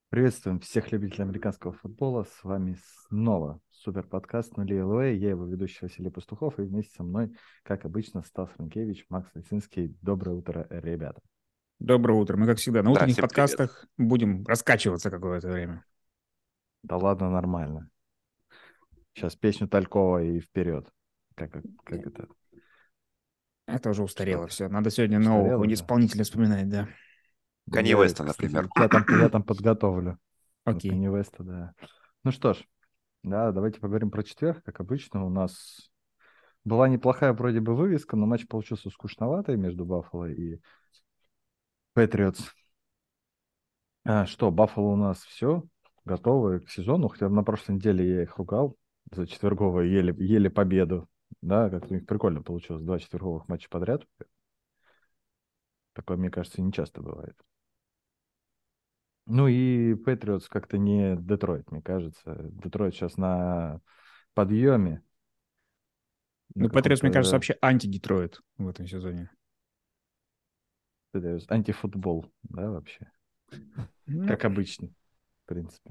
Приветствуем всех любителей американского футбола. С вами снова супер подкаст «Нули ЛВ». Я его ведущий Василий Пастухов. И вместе со мной, как обычно, Стас Франкевич, Макс Лисинский. Доброе утро, ребята. Доброе утро. Мы, как всегда, на Да, утренних всем привет. подкастах будем раскачиваться какое-то время. Да ладно, нормально. Сейчас песню Талькова и вперед. Как это? Это уже устарело Что? все. Надо сегодня нового Устарело, да? исполнителя вспоминать, да. Канье Я, Уэста, кстати, например. я там подготовлю. Окей. Канье Уэста, да. Ну что ж, да, давайте поговорим про четверг. Как обычно, у нас была неплохая вроде бы вывеска, но матч получился скучноватый между Баффало и Патриотс. Что, Баффало у нас все готовы к сезону, хотя на прошлой неделе я их ругал за четверговые, еле победу. Да, как у них прикольно получилось, два четверговых матча подряд. Такое, мне кажется, не часто бывает. Ну и Патриотс как-то не Детройт, мне кажется. Детройт сейчас на подъеме, на Ну, Патриотс, мне кажется, каком-то вообще анти-Детройт в этом сезоне. антифутбол, да, вообще. Ну, Как обычно, в принципе.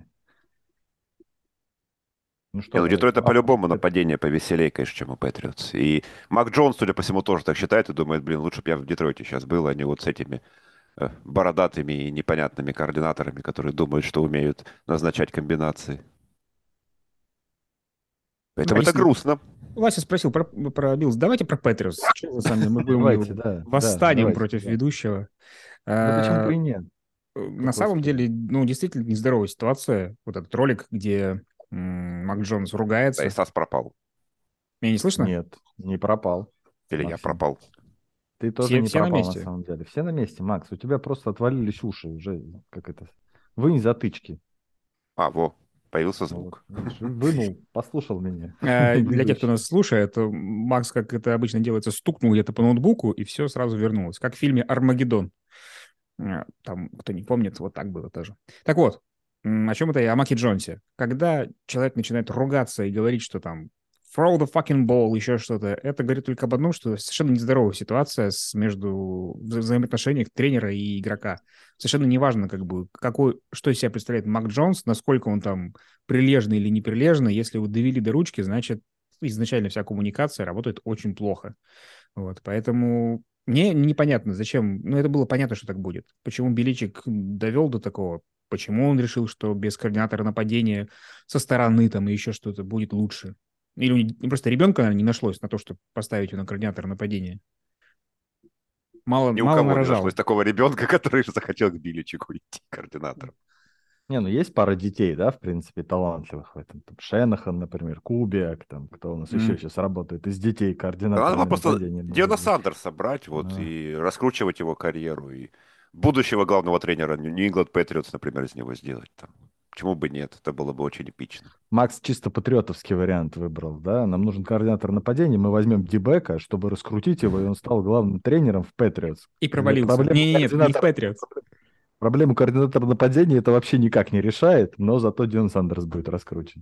Ну Не, что, ну у давайте, Детройта Баффало. по-любому нападение повеселее, конечно, чем у Патриотс. И Мак Джонс, судя по всему, тоже так считает и думает, блин, лучше бы я в Детройте сейчас был, а не вот с этими бородатыми и непонятными координаторами, которые думают, что умеют назначать комбинации. Поэтому это Объясни. грустно. Вася спросил про Биллс. Давайте про Патриотс. Что вы сами? Мы Давайте, будем да, восстанием давайте, против да. ведущего. Да почему бы А, и нет? На Какой самом спор? деле, ну, действительно нездоровая ситуация. Вот этот ролик, где Мак Джонс Да, и ругается. Стас пропал. Меня не слышно? Нет, не пропал, Или я Максим. пропал. Ты тоже не Все на пропал на месте. самом деле. Все на месте, Макс. У тебя просто отвалились уши уже. Как это? Вынь затычки. А, во, появился Вот, звук. видишь, вынул, послушал меня, Для тех, кто ведущий. нас слушает, Макс, как это обычно делается, стукнул где-то по ноутбуку, и все сразу вернулось. Как в фильме «Армагеддон». Там, кто не помнит, вот так было тоже. Так вот, о чем это я? О Маке Джонсе. Когда человек начинает ругаться и говорить, что там throw the fucking ball, еще что-то, это говорит только об одном, что совершенно нездоровая ситуация между взаимоотношениях тренера и игрока. Совершенно неважно, как бы, что из себя представляет Мак Джонс, насколько он там прилежный или неприлежный. Если вы довели до ручки, значит, изначально вся коммуникация работает очень плохо. Вот, поэтому мне непонятно, зачем. Ну, это было понятно, что так будет. Почему Беличик довел до такого? Почему он решил, что без координатора нападения со стороны там и еще что-то будет лучше? Или просто ребенка, наверное, не нашлось на то, чтобы поставить его на координатора нападения. Мало, Ни у мало кого не нашлось нарожал. такого ребенка, который захотел к Биличику идти координатором. Не, ну есть пара детей, да, в принципе, талантливых в этом. Там Шенахан, например, Кубиак, там, кто у нас еще М. сейчас работает из детей Надо было координаторами просто нападения, может Диона быть. Сандерса брать вот, Ну, и раскручивать его карьеру, и будущего главного тренера New England Patriots, например, из него сделать. Там. Почему бы нет? Это было бы очень эпично. Макс чисто патриотовский вариант выбрал, да? Нам нужен координатор нападения, мы возьмем Дибека, чтобы раскрутить его, и он стал главным тренером в Патриотс. И провалился. Не-не-не, не в Патриотс. Проблему координатора нападения это вообще никак не решает, но зато Дион Сандерс будет раскручен.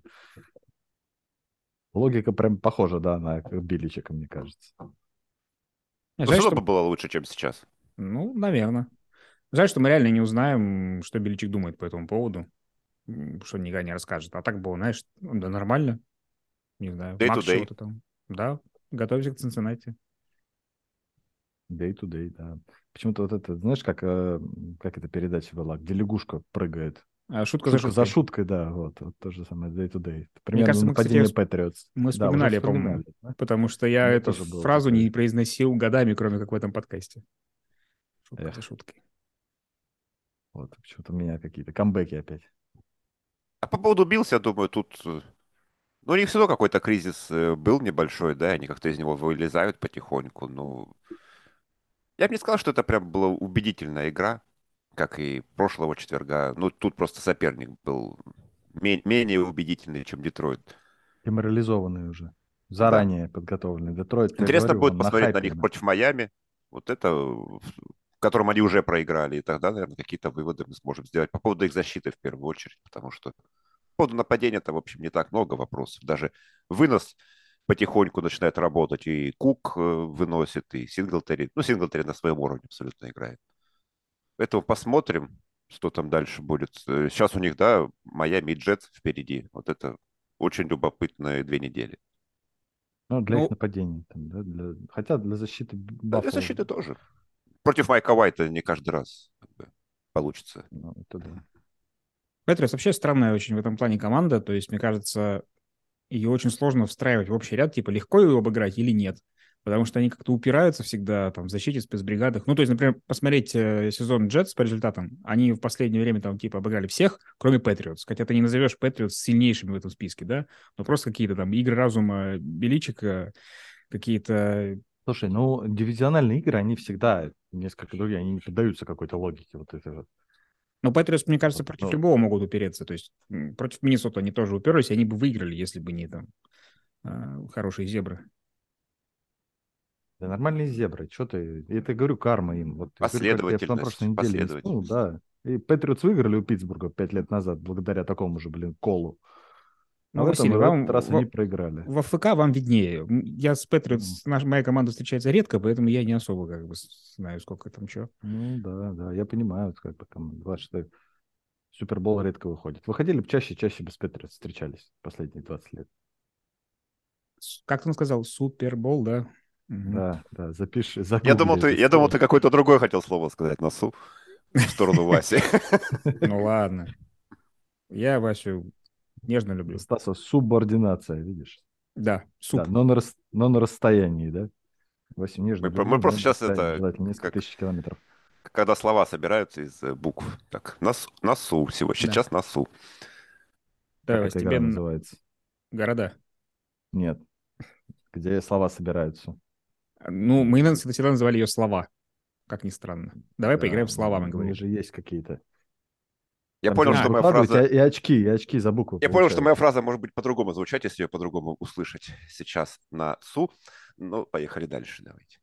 Логика прям похожа, да, на Биличика, мне кажется. Но Жаль, все равно что... бы было лучше, чем сейчас. Ну, наверное. Жаль, что мы реально не узнаем, что Беличик думает по этому поводу. Что никогда не расскажет. А так было, знаешь, ну, да нормально. Не знаю. Day to Макс day. чего-то там. Да, готовься к Цинциннати. Day to day, да. Почему-то вот это, знаешь, как эта передача была, где лягушка прыгает. Шутка за Шутка за шуткой. шуткой, да, вот то же самое, day to day. Это Мне примерно кажется, мы, кстати, нападение Патриотс. мы Да, уже вспоминали, по-моему. вспоминали, да? Потому что я У меня эту тоже было фразу такое. не произносил годами, кроме как в этом подкасте. Шутка за Эх, шуткой. вот почему-то у меня какие-то камбэки опять. А по поводу Биллс, я думаю, тут... Ну, у них все равно какой-то кризис был небольшой, да, они как-то из него вылезают потихоньку. Ну, я бы не сказал, что это прям была убедительная игра, как и прошлого четверга. Ну, тут просто соперник был менее убедительный, чем Детройт. Деморализованные уже. Да. Заранее подготовленные. Детройт, я Интересно говорю, будет он на посмотреть на хайпе. них против Майами. Вот это, в котором они уже проиграли. И тогда, наверное, какие-то выводы мы сможем сделать по поводу их защиты в первую очередь. Потому что по поводу нападения-то, в общем, не так много вопросов. Даже вынос потихоньку начинает работать. И Кук выносит, и Синглтери. Ну, Синглтери на своем уровне абсолютно играет. Поэтому посмотрим. что там дальше будет. Сейчас у них, да, Майами и Джетс впереди. Вот это очень любопытные 2 недели. Ну, для их Ну, нападений. Там, да, хотя для защиты Да, для Баффало, защиты тоже. Против Майка Уайта не каждый раз как бы, получится. ну, это да. Патриотс вообще странная очень в этом плане команда. То есть, мне кажется, ее очень сложно встраивать в общий ряд, типа, легко его обыграть или нет. Потому что они как-то упираются всегда там в защите, спецбригадах. Ну, то есть, например, посмотреть сезон Джетс по результатам, они в последнее время там типа обыграли всех, кроме Патриотс. Хотя ты не назовешь Патриотс сильнейшими в этом списке, да? Но просто какие-то там игры разума Беличика, какие-то... Слушай, ну, дивизиональные игры, они всегда несколько другие, они не поддаются какой-то логике вот этой вот. Но Патриотс, мне кажется, против Ну, любого могут упереться. То есть против Миннесоты они тоже уперлись, и они бы выиграли, если бы не там хорошие зебры. да нормальные зебры, что ты? Я тебе говорю, карма им. Вот я говорю, как я на прошлой Последовательность, неделе не вспомнил, последовательность. да. И Патриотс выиграли у Питтсбурга 5 лет назад, благодаря такому же, блин, колу. А Ну, Василий, в вам этот раз они проиграли. в АФК вам виднее. Я с Ну, Патриотс, моя команда встречается редко, поэтому я не особо как бы знаю, сколько там чего. ну, да, да, я понимаю, как бы там 26 Супербол редко выходит. Выходили бы чаще без Патриотс встречались последние 20 лет. Как ты сказал, Супербол, да? Мгм. Да, да, запиши, загугли это Я думал, слово. ты какое-то другое хотел слово сказать носу в сторону Васи. Ну ладно, я Васю нежно люблю. Стаса, субординация, видишь? Да, Да, суп. но на расстоянии, да? Васю нежно Мы люблю, да, просто на сейчас расстоянии, это, желательно несколько как тысяч километров. когда слова собираются из букв. Так, носу всего, Да. сейчас носу. Давай, Как Вась, эта тебе игра называется? города. Нет, где слова собираются. Ну, мы всегда называли ее слова, как ни странно. Давай поиграем Да, в слова, мы у них говорили. же есть какие-то. Я Там же понял, надо что моя выкладывать фраза... и очки за буквы Я понял, что моя получаются. фраза может быть по-другому звучать, если ее по-другому услышать сейчас на су. Ну, поехали дальше, давайте.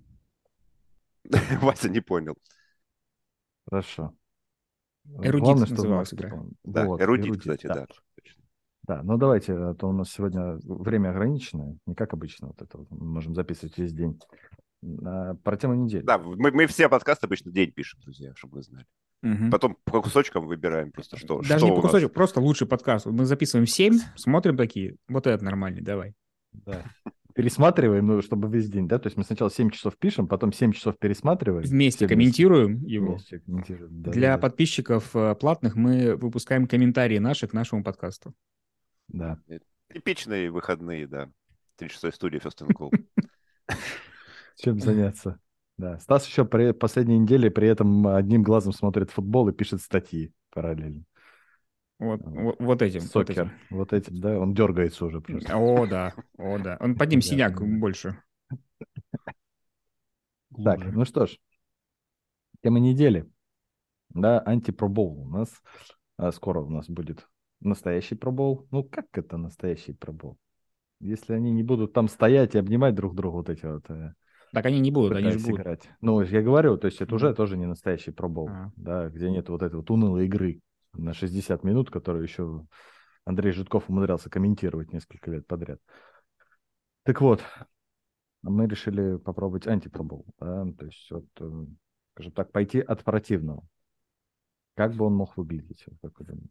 Вася не понял. Хорошо. Эрудит Главное, чтобы называлась Макс игра. вспомнил. Да, Вот, эрудит, эрудит, кстати, да. да. Да, ну давайте, а то у нас сегодня время ограниченное, не как обычно, вот это вот мы можем записывать весь день. Про тему недели. Да, мы все подкасты обычно день пишем, друзья, чтобы вы знали. Мгм. Потом по кусочкам выбираем просто, Даже не что по у нас. кусочек, просто лучший подкаст. Мы записываем 7, смотрим такие. Вот этот нормальный, давай. Да. Пересматриваем, ну, чтобы весь день, да? То есть мы сначала 7 часов пишем, потом 7 часов пересматриваем, Вместе все вместе. комментируем его. Вместе комментируем. Для Да-да-да. подписчиков платных мы выпускаем комментарии наши к нашему подкасту. Да. Типичные выходные, да. 36-й студии First and Goal. Чем заняться? Да. Стас еще последней неделе при этом одним глазом смотрит футбол и пишет статьи параллельно. Вот, Вот. вот, вот этим, вот этим. Сокер. Вот этим, да, он дергается уже просто. О, да, о, да. Он под ним синяк Понятно, да. больше. Так, Глубже. ну что ж, тема недели. Да, антипробол у нас. Скоро у нас будет настоящий пробол. Ну, как это настоящий пробол? Если они не будут там стоять и обнимать друг друга, вот эти вот, Так они не будут, они же пытаясь будут. играть. Ну, я говорю, то есть это Ну, уже тоже не настоящий пробол, а. да, где нет вот этой вот унылой игры на 60 минут, которую еще Андрей Житков умудрялся комментировать несколько лет подряд. Так вот, мы решили попробовать антипробол, да, то есть вот, скажем так, пойти от противного. Как бы он мог выглядеть, вот как вы думаете?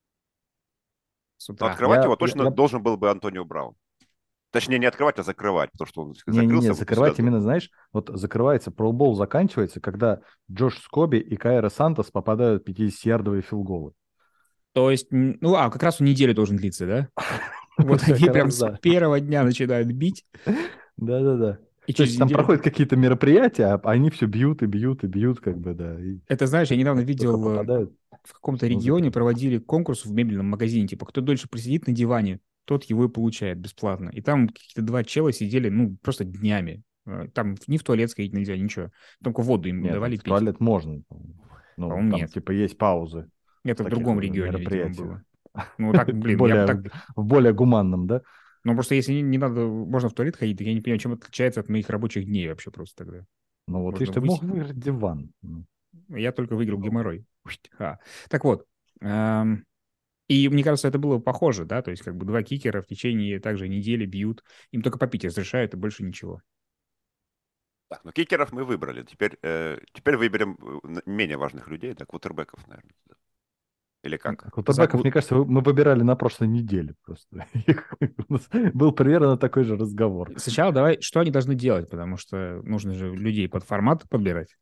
С Но утра. открывать его точно Я... должен был бы Антонио Браун. Точнее, не открывать, а закрывать, потому что он Не-не-не, закрылся вот у себя закрывать дома. именно, знаешь, вот закрывается, пробол заканчивается, когда Джош Скоби и Кайра Сантос попадают 50-ярдовые филголы. То есть, ну, как раз у недели должен длиться, да? Вот Вот они как прям раз, с да. первого дня начинают бить, Да-да-да. и То через есть там неделю... проходят какие-то мероприятия, а они все бьют и бьют и бьют, как бы, да. И Это, знаешь, я недавно только видел попадают, в каком-то он регионе закрыт. проводили конкурс в мебельном магазине, типа, кто дольше просидит на диване, тот его и получает бесплатно. И там какие-то два чела сидели, ну, просто днями. Там ни в туалет сходить нельзя, ничего. Только воду им Нет, там давали в пить. туалет можно. Ну, По-моему, там нет. типа есть паузы в Это в таких другом регионе, видимо, мероприятиях. было. Ну, так, В блин, я бы более, так... в более гуманном, да? Ну, просто если не надо, можно в туалет ходить, так я не понимаю, чем это отличается от моих рабочих дней вообще просто тогда. Ну вот, Можно видишь, ты мог выйти. выиграть диван. Ну, Я только выиграл геморрой. Ха. Так вот, и мне кажется, это было похоже, да, то есть как бы два кикера в течение также недели бьют, им только попить разрешают и больше ничего. Так, ну кикеров мы выбрали. Теперь выберем менее важных людей, да, квотербеков, наверное. Да. Или как? Квотербеков, мне кажется, мы выбирали на прошлой неделе просто. У нас был примерно такой же разговор. Сначала давай, что они должны делать, потому что нужно же людей под формат подбирать.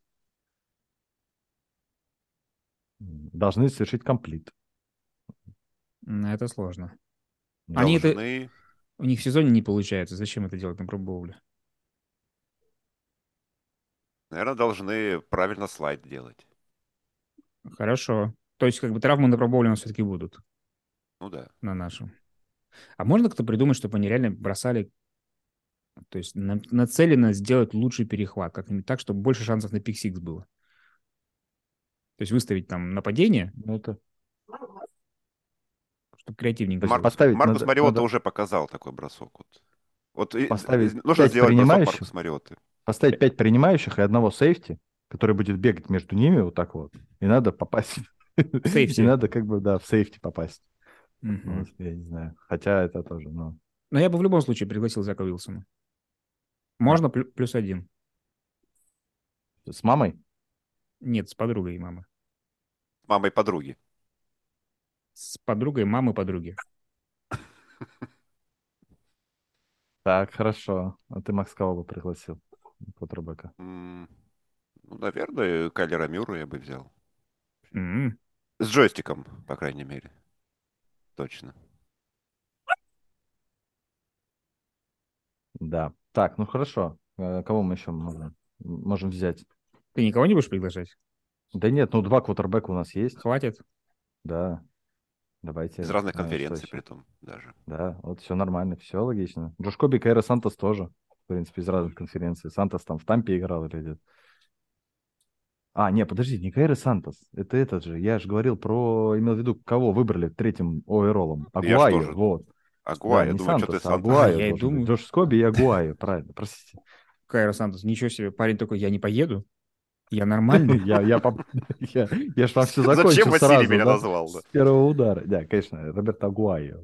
Должны совершить комплит. Это сложно. Они это... Должны... У них в сезоне не получается. Зачем это делать на пробоуле? Наверное, должны правильно слайд делать. Хорошо. То есть, как бы травмы на пробоуле у нас все-таки будут Ну да. на нашем. А можно как-то придумать, чтобы они реально бросали, то есть нацеленно сделать лучший перехват, как-нибудь так, чтобы больше шансов на пик-сикс было? То есть выставить там нападение, Ну, это... чтобы креативненько То есть было. поставить Маркус Мариотта надо уже показал такой бросок. Вот поставить нужно 5 сделать бросок принимающих, Маркус Мариотты. поставить 5 принимающих и одного сейфти, который будет бегать между ними вот так вот. И надо попасть. Сейфти. И надо как бы, да, в сейфти попасть. Мгм. Вот, я не знаю. Хотя это тоже, ну... Но я бы в любом случае пригласил Зака Уилсона. Можно +1. С мамой? Нет, с подругой мамы. С мамой подруги. С подругой мамы подруги. Так, хорошо. А ты Макс кого бы пригласил? Квотербека. Ну, наверное, Кайлера Мюррея я бы взял. М. С джойстиком, по крайней мере. Точно. Да. Так, ну хорошо. Кого мы еще можем взять? Ты никого не будешь приглашать? Да нет, ну 2 квотербека у нас есть. Хватит? Да. Давайте. Из разных Что конференций, еще? притом даже. Да, вот все нормально, все логично. Джош Коби, Кайра Сантос тоже, в принципе, из разных конференций. Сантос там в Тампе играл или где-то. А, не, подожди, не Кайра Сантос. Это этот же. Я же говорил про... Имел в виду, кого выбрали третьим овероллом. Я ж Агуайо, тоже. вот. Да, Агуай, я не думаю, что ты Сантос, а Сантос. Агуайо Я и должен быть. думаю. Джош Скоби и Агуайо, правильно, простите. Кайро Сантос, ничего себе. Парень такой, я не поеду. Я нормальный. Я ж вам все Зачем закончу Василий сразу, меня да? назвал? Да? С первого удара. Да, конечно, Роберто Агуайо.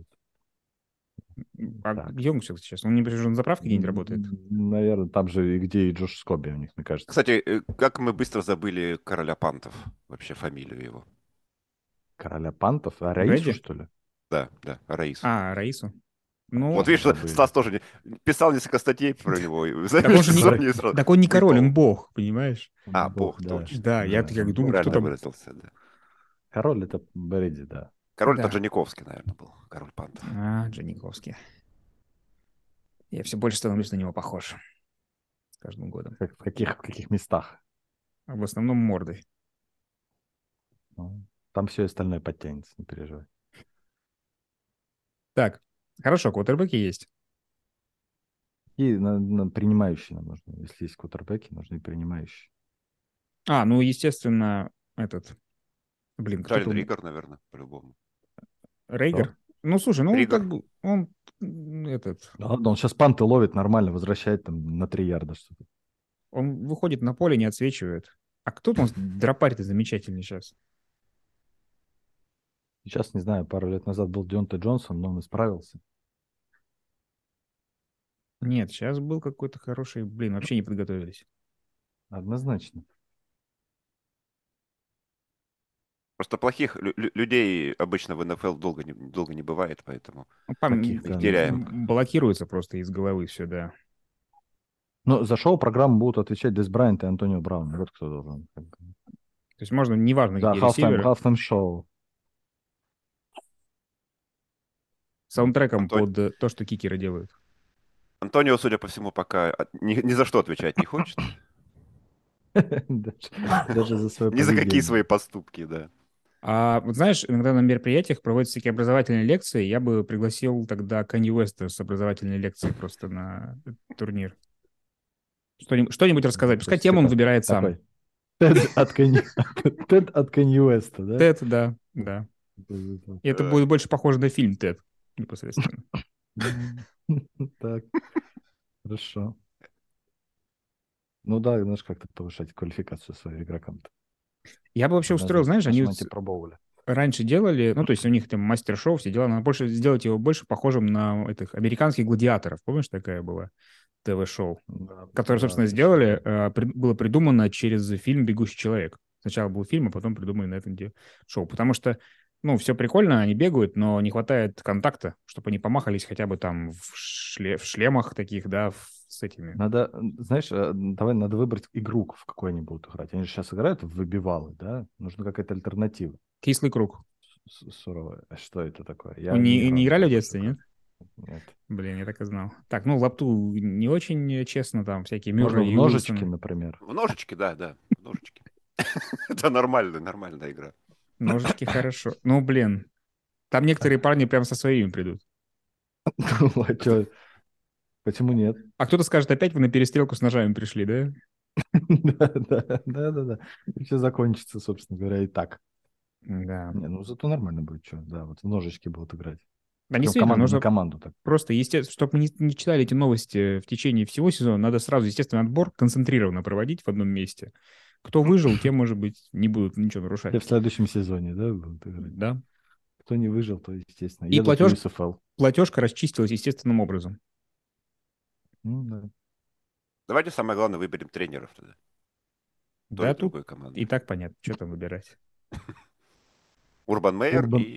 А Так. где он сейчас? Он не уже на заправке где-нибудь работает? Наверное, там же, где и Джош Скоби у них, мне кажется. Кстати, как мы быстро забыли короля пантов, вообще фамилию его. Короля пантов? А Раису, Брэди? что ли? Да, Раису. А, Раису. Ну, Вот Что мы видишь, забыли? Стас тоже писал несколько статей про него. и за так он же не, межсезонье сразу так он не король, выпал. он бог, понимаешь? А, Бог, бог, да. точно. Да, я Да. как думаю, кто Правильно там... выразился, да. Король это Брэди, да. Король Да. Таджаниковский, наверное, был. Король пантов. А, Джаниковский. Я все больше становлюсь на него похож с каждым годом. В каких местах? А в основном мордой. Ну, там все остальное подтянется, не переживай. Так, хорошо, квотербеки есть. И принимающие нам нужны. Если есть квотербеки, нужны принимающие. А, ну, естественно, этот... Блин, кто-то... Джален Риггер, наверное, по-любому. Рейгер? Кто? Ну, слушай, ну, он Риггер. как бы... Он этот... Да ладно, он сейчас панты ловит нормально, возвращает там на 3 ярда что-то. Он выходит на поле, не отсвечивает. А кто там дропарит замечательный сейчас? Сейчас, не знаю, пару лет назад был Дионте Джонсон, но он исправился. Нет, сейчас был какой-то хороший... Блин, вообще не подготовились. Однозначно. Просто плохих людей обычно в НФЛ долго не бывает, поэтому Ну, Таких, да, теряем. блокируется просто из головы все, да. Но за шоу-программу будут отвечать Дес Брайант и Антонио Браун. Вот кто должен. То есть можно, неважно, Да, какие ресиверы, halftime шоу. саундтреком под то, что кикеры делают. Антонио, судя по всему, пока ни за что отвечать не хочет. Даже за свое Ни за какие поведение. свои поступки, да. А вот знаешь, иногда на мероприятиях проводятся всякие образовательные лекции. Я бы пригласил тогда Канье Уэста с образовательной лекцией просто на турнир. Что-нибудь рассказать. Пускай тему он выбирает сам. Тед от Канье Уэста, да? Тед, да, да. И это будет больше похоже на фильм Тед непосредственно. Так, хорошо. Ну да, знаешь, как-то повышать квалификацию своим игрокам-то. Я бы вообще устроил, знаешь, они пробовали. раньше делали, ну, то есть у них там мастер-шоу, все дела, надо больше сделать его больше похожим на этих американских гладиаторов. Помнишь, такая была? ТВ-шоу, Да, которое, да, собственно, отлично. сделали, было придумано через фильм «Бегущий человек». Сначала был фильм, а потом придумали на этом шоу. Потому что, ну, все прикольно, они бегают, но не хватает контакта, чтобы они помахались хотя бы там в шлемах таких, да, с этими. Надо, знаешь, давай надо выбрать игру, в какой они будут играть. Они же сейчас играют в выбивалы, да? Нужна какая-то альтернатива. Кислый круг. Суровая. А что это такое? Вы Я не не играл ни в играли в одну эту детстве, игру. нет? Нет. Блин, я так и знал. Так, ну, лапту не очень честно, там всякие Можно Мюррей в и ножички, Уилсоны. например. В ножички, да, да, в ножички. Это нормальная игра. Ножички хорошо. Ну, блин, там некоторые парни прям со своими придут. Ну, а чё? Почему нет? А кто-то скажет, опять вы на перестрелку с ножами пришли, да? Да, да, да, да, да. И все закончится, собственно говоря, и так. Да. Не, ну зато нормально будет, что. Да, вот в ножички будут играть. Да, Причем действительно, команда на нужно команду так. просто, естественно, чтобы мы не читали эти новости в течение всего сезона, надо сразу, естественно, отбор концентрированно проводить в одном месте. Кто выжил, те, может быть, не будут ничего нарушать. Все в следующем сезоне, да, будут играть. Да. Кто не выжил, то, естественно, И едут в USFL. платежка расчистилась естественным образом. Ну, да. Давайте самое главное выберем тренеров тогда. Той и Да, тут другой и команды. так понятно, что там выбирать. Урбан Мейер Урбан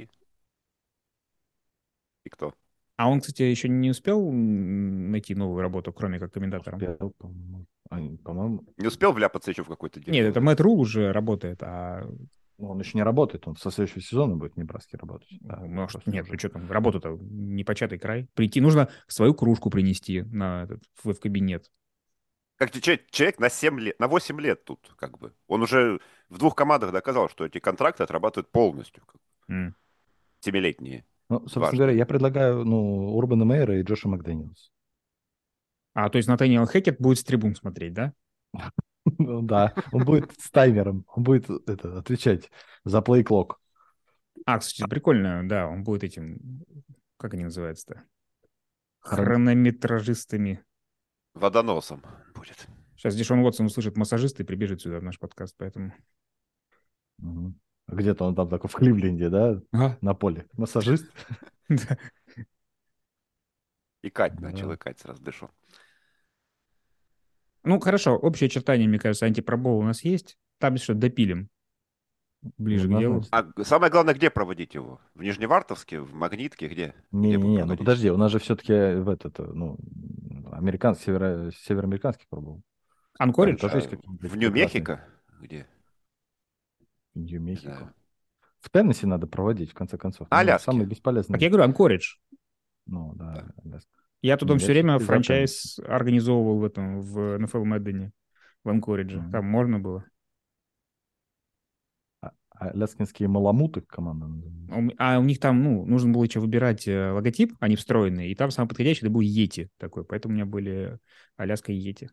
и кто? А он, кстати, еще не успел найти новую работу, кроме как комментатором. успел, по-моему. По-моему, Не успел вляпаться еще в какое-то Нет, дерьмо, это да? Мэтт Рул уже работает, а ну, он еще не работает, он со следующего сезона будет в Небраске работать. Да, может, просто нет, ну уже. что там, работа-то не початый край. Прийти, нужно свою кружку принести в кабинет. Как человек на 7 лет, на 8 лет тут, как бы. Он уже в двух командах доказал, что эти контракты отрабатывают полностью. М. 7-летние. Ну, собственно говоря, Важные. я предлагаю, ну, Урбана Мейера и Джоша Макдэниелса. А, то есть Натаниэл Хэкет будет с трибун смотреть, да? Ну, да, он будет с таймером, он будет это, отвечать за плей-клок. А, кстати, прикольно, да, он будет этим, как они называются-то? Хрон- Хронометражистами. Водоносом будет. Сейчас Дишон Уотсон услышит массажиста и прибежит сюда в наш подкаст, поэтому... Мгм. Где-то он там такой в Кливленде, да, Ага. на поле. Массажист. Да. Икать начал, Да. икать сразу дышу. Ну, хорошо, общее очертание, мне кажется, антипробол у нас есть. Там что, допилим Ну, ближе к делу. однозначно. А самое главное, где проводить его? В Нижневартовске, в Магнитке, где? Где будем Не-не-не, ну проводить? подожди, у нас же все-таки в этот, ну, американский, североамериканский пробовал. Там Анкоридж? тоже есть А какие-нибудь в прекрасные Нью-Мехико? Где? Не Нью-Мехико. знаю. В Теннесси надо проводить, в конце концов. На Ну, самый Аляске. Так бесполезный, я говорю, Анкоридж. ну, Да. да, Аляска. Я туда Не, все я время все-таки за Теннесси. франчайз организовывал в NFL Мэддене, в Анкоридже. Мгм. Там можно было. Аляскинские маламуты команда называется. А у них там, ну, нужно было еще выбирать логотип, они встроенные, и там самый подходящий это был Йети такой, поэтому у меня были Аляска и Йети.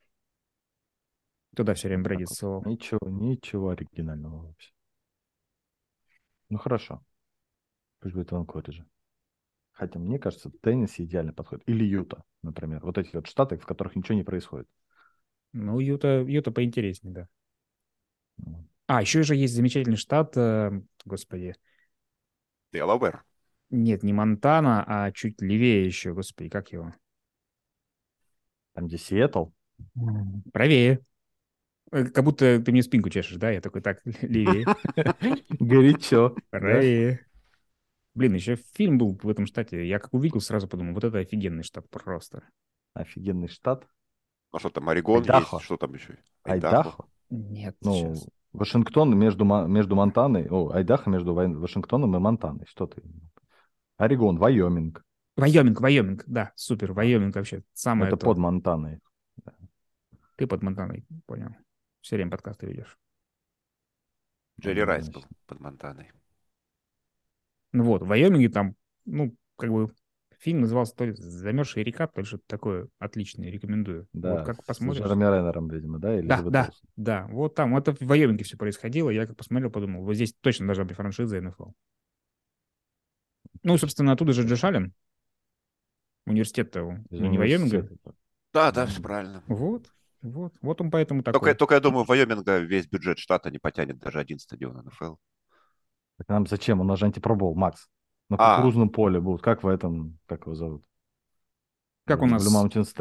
Туда все время Вот Брэди так вот. ссылал. Ничего оригинального вообще. Ну, хорошо. Пусть будет в Анкоридже. Хотя, мне кажется, Теннесси идеально подходит. Или Юта, например. Вот эти вот штаты, в которых ничего не происходит. Ну, Юта поинтереснее, да. Вот. А, еще же есть замечательный штат, господи, Делавэр. нет, не Монтана, а чуть левее еще, господи, как его? Там, где Сиэтл. Правее. Как будто ты мне спинку чешешь, да? Я такой, так, левее. Горячо, да? Правее. Блин, еще фильм был в этом штате. Я как увидел, сразу подумал, вот это офигенный штат просто. Офигенный штат. А что там, Орегон есть? Айдахо. Что там еще? Айдахо. Айдахо. Нет, Ну, сейчас. Вашингтон между Монтаной, Айдахо между Вашингтоном и Монтаной. Что ты? Орегон, Вайоминг. Вайоминг, да, супер, А, Вайоминг вообще самое Это под то. Монтаной. Да. Ты под Монтаной, понял. Все время подкасты ведешь. Джерри Райс был Однозначно. под Монтаной. Ну вот, в Вайоминге там, ну, как бы фильм назывался то ли «Замерзшая река», то ли что-то такое отличное, рекомендую. Вот Да, как с посмотришь. Джереми Реннером, видимо, да, Да, Элизабет да, Олсен. да, вот там, это в Вайоминге все происходило, я как посмотрел, подумал, вот здесь точно должна быть франшиза НФЛ. Ну, и, собственно, оттуда же Джош Аллен, университет-то Из имени Вайоминга. университета. Да, да, Да. все правильно. Вот он поэтому Только, такой. только я думаю, Вайоминга весь бюджет штата не потянет даже один стадион НФЛ. Так нам зачем? У нас же антипробол, Макс. На А, кукурузном поле будут, как в этом, как его зовут? Как у В Blue нас Mountain State.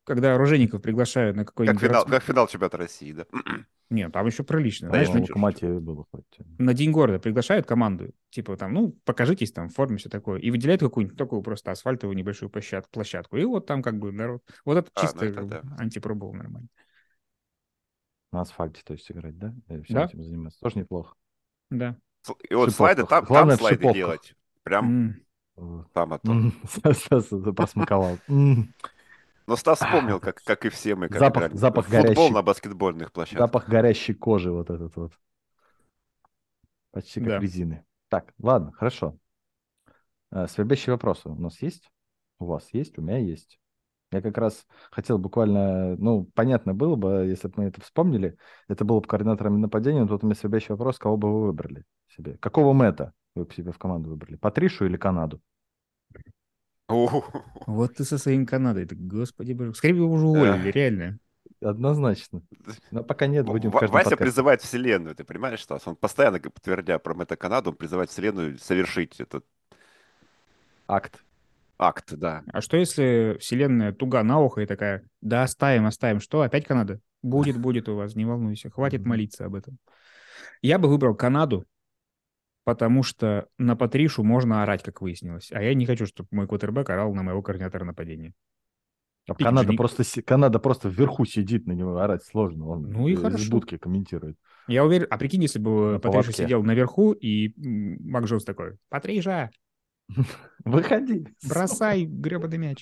когда оружейников приглашают на какой-нибудь городской... Как финал чемпионата России, да? Нет, там еще прилично. Да, я Знаешь, Ну, шучу, шучу. Локомотиве было хоть. на День города приглашают команду, типа там, ну, покажитесь там в форме, все такое, и выделяют какую-нибудь такую просто асфальтовую небольшую площадку. И вот там как бы народ... Вот это Ну чисто это как бы да. антипро было нормально. На асфальте, то есть, играть, да? Всем Да, этим заниматься. Тоже неплохо. да. И В вот слайды, шиповках. там Главное, в слайды шиповках. делать. Прям М. Вот. там это. Стас просмаковал. Но Стас вспомнил, как и все мы, как Запах, играли в запах футбол на горящей, баскетбольных запах площадках. горящей кожи вот этот вот. Почти как Да. резины. Так, ладно, хорошо. Свербящие вопросы у нас есть? У вас есть? У меня есть. Я как раз хотел буквально, ну, понятно было бы, если бы мы это вспомнили, это было бы координаторами нападения, но тут у меня свербящий вопрос, кого бы вы выбрали себе? Какого Мэтта вы бы себе в команду выбрали? Патришу или Канаду? У, Вот ты со своим Канадой, ты, господи боже. Скорее бы его уже э, уволили, реально. Однозначно. Но пока нет, будем в каждом Вася подкасте. призывает Вселенную, ты понимаешь, Стас? Он постоянно, твердя про Мэтта Канаду, он призывает Вселенную совершить этот Акт. акт, да. А что если вселенная туга на ухо и такая, да оставим, оставим, что, опять Канада? Будет у вас, не волнуйся, хватит Мгм. молиться об этом. Я бы выбрал Канаду, потому что на Патришу можно орать, как выяснилось. А я не хочу, чтобы мой квотербек орал на моего координатора нападения. А Пикет же Канада не... просто, Канада просто вверху сидит, на него орать сложно. Он Ну и из хорошо. будки комментирует Я уверен, а прикинь, если бы на Патриша поводке. сидел наверху, и Мак Джонс такой, Патриша, Выходи. бросай гребаный мяч.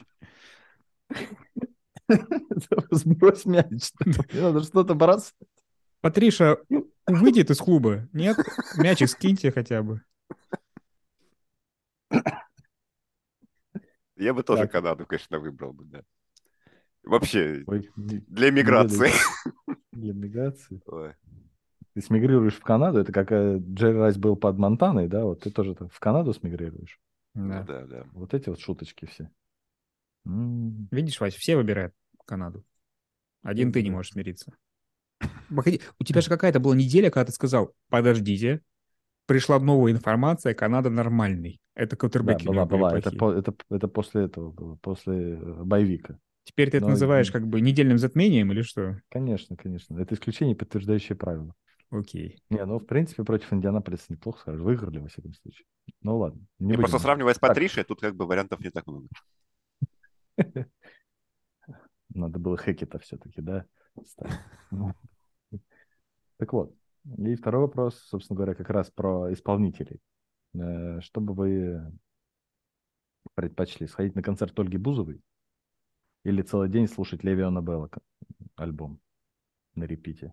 Сбрось мяч. Мне надо что-то бросать. Патриша выйдет из клуба, нет? Мячик скиньте хотя бы. Я бы тоже Так, Канаду, конечно, выбрал бы, да. Вообще, ой, для не миграции. ведаю. Для миграции. Ой. Ты смигрируешь в Канаду, это как Джерри Райс был под Монтаной, да? Вот ты тоже в Канаду смигрируешь. Ну Да. да, да. Вот эти вот шуточки все. М, Видишь, Вась, все выбирают Канаду. все Один ты не выбирают. можешь смириться. Погоди, у тебя же какая-то была неделя, когда ты сказал, подождите, пришла новая информация, Канада нормальный. Это Да, квотербеки у него были была. Это, плохие. это после этого было, после боевика. Теперь ты это Но, называешь как бы недельным затмением или что? конечно, конечно. Это исключение, подтверждающее правило. Окей. Не, ну, в принципе, против Индианаполиса неплохо сыграли. Выиграли, во всяком случае. Ну, ладно, не Я будем просто об этом. сравнивая с Так, Патришей, тут как бы вариантов не так много. надо было Хекета все-таки, да, ставить. Ну, так вот, и второй вопрос, собственно говоря, как раз про исполнителей. Что бы вы предпочли, сходить на концерт Ольги Бузовой или целый день слушать Левиона Белла альбом на репите?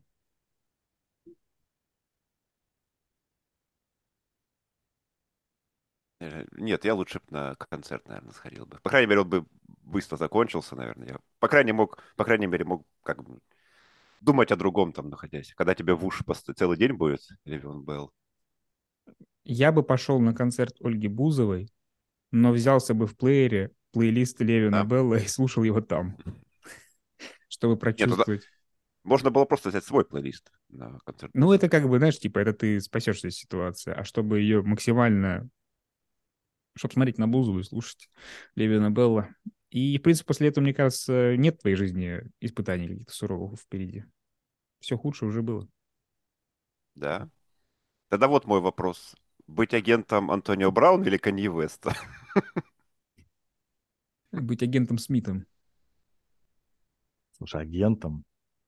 Нет, я лучше бы на концерт, наверное, сходил бы. По крайней мере, он бы быстро закончился, наверное. Я, по крайней мере, мог как бы думать о другом там, находясь. Когда тебе в уши целый день будет, Левион Белл. Я бы пошел на концерт Ольги Бузовой, но взялся бы в плеере плейлист Левина Да? Белла и слушал его там, чтобы Нет, туда прочувствовать. можно было просто взять свой плейлист на концерт Ну, это Бузовой. как бы, знаешь, типа, это ты спасешься из ситуации. А чтобы ее максимально... Чтобы смотреть на Бузову и слушать Левина Белла. И, в принципе, после этого, мне кажется, нет в твоей жизни испытаний каких-то суровых впереди. Все худшее уже было. Да? Тогда вот мой вопрос. Быть агентом Антонио Браун или Канье Уэста? Быть агентом Смитом. Слушай, агентом,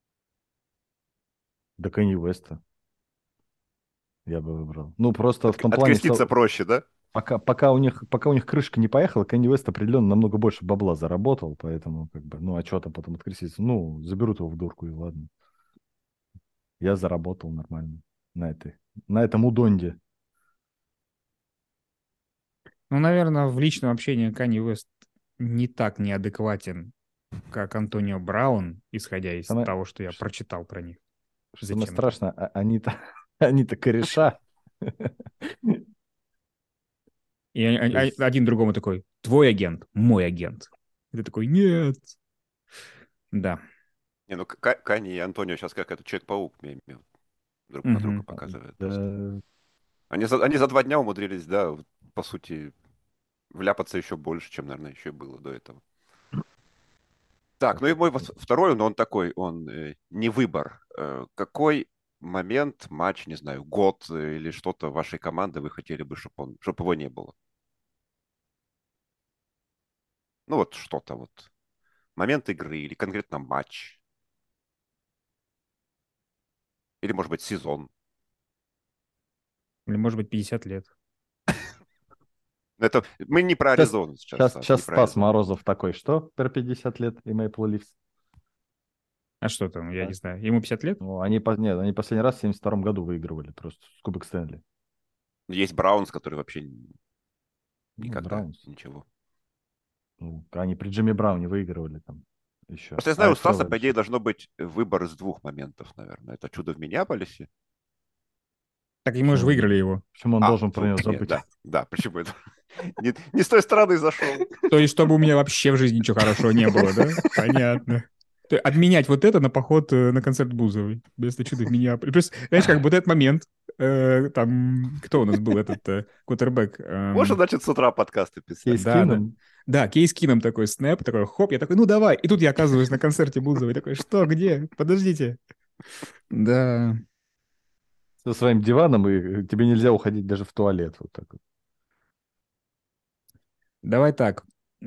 да Кэнни Уэста я бы выбрал. Ну, просто в том плане, Откреститься что проще, да? пока у них крышка не поехала, Кэнни Уэст определенно намного больше бабла заработал, поэтому, как бы, ну, а что там потом откреститься? Ну, заберут его в дурку, и ладно. Я заработал нормально на этом удонде. Ну, наверное, в личном общении Канье Уэст не так неадекватен, как Антонио Браун, исходя из Самое, того, что я ш- прочитал про них самое зачем-то. страшное, они-то, они-то кореша. И То есть, один другому такой, твой агент, мой агент. И ты такой, нет. Да. Не, ну Канье и Антонио сейчас как этот Человек-паук друг на друга Мгм. показывают просто. да, Они за 2 дня умудрились, да, по сути, вляпаться еще больше, чем, наверное, еще было до этого. Так, ну и мой второй, но он такой, он не выбор. Какой момент, матч, не знаю, год или что-то вашей команды вы хотели бы, чтобы его не было? Ну вот что-то вот. Момент игры или конкретно матч. Или, может быть, сезон. Или, может быть, 50 лет. Это мы не про Сейчас, Аризону сейчас, сейчас, Стас, не сейчас про Стас Аризону. Морозов такой, что про 50 лет и Maple Leafs? А что там, я не Да. знаю. Ему 50 лет? Ну, нет, они последний раз в 72 году выигрывали просто с Кубок Стэнли. Есть Браунс, который вообще Ну, никогда Браунс. ничего. Ну, они при Джимми Брауне выигрывали там еще. Просто я знаю, у АФЛ Стаса, или по идее, что-то. должно быть выбор из двух моментов, наверное. Это чудо в Миннеаполисе. Так и мы же Почему, выиграли его. почему он А, должен про ну, него нет, забыть? да, да, почему это? Не с той стороны зашел. То есть, чтобы у меня вообще в жизни ничего хорошего не было, да? Понятно. Обменять вот это на поход на концерт Бузовой. Вместо чуда в Миннеаполе. Плюс, знаешь, как бы вот этот момент, там, кто у нас был этот квотербек? Можно, значит, с утра подкасты писать. Кейс Да, да. Кином. Да, Кейс Кином такой снэп, такой хоп, я такой, ну давай. И тут я оказываюсь на концерте Бузовой, такой, что, где? Подождите. Да. Со своим диваном, и тебе нельзя уходить даже в туалет. Вот так вот. Давай так.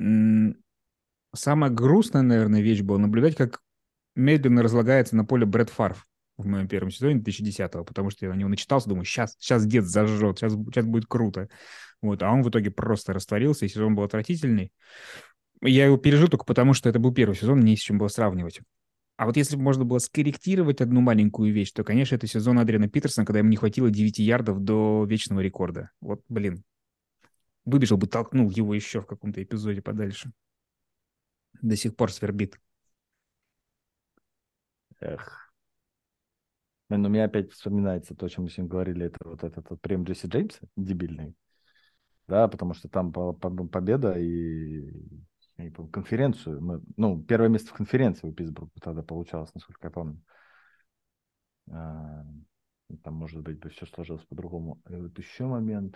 Самая грустная, наверное, вещь была наблюдать, как медленно разлагается на поле Брэд Фарф в моем первом сезоне 2010-го, потому что я на него начитался, думаю, сейчас дед зажжет, сейчас будет круто. Вот, а он в итоге просто растворился, и сезон был отвратительный. Я его пережил только потому, что это был первый сезон, не с чем было сравнивать. А вот если бы можно было скорректировать одну маленькую вещь, то, конечно, это сезон Адриана Питерсона, когда ему не хватило 9 ярдов до вечного рекорда. Вот, блин, выбежал бы, толкнул его еще в каком-то эпизоде подальше. До сих пор свербит. Эх. Ну, у меня опять вспоминается то, о чем мы сегодня говорили, это вот этот вот прием Джесси Джеймса, дебильный. Да, потому что там победа и я не помню, конференцию. Ну, первое место в конференции у Питтсбурга тогда получалось, насколько я помню. А, Там, может быть, бы все сложилось по-другому. И вот еще момент.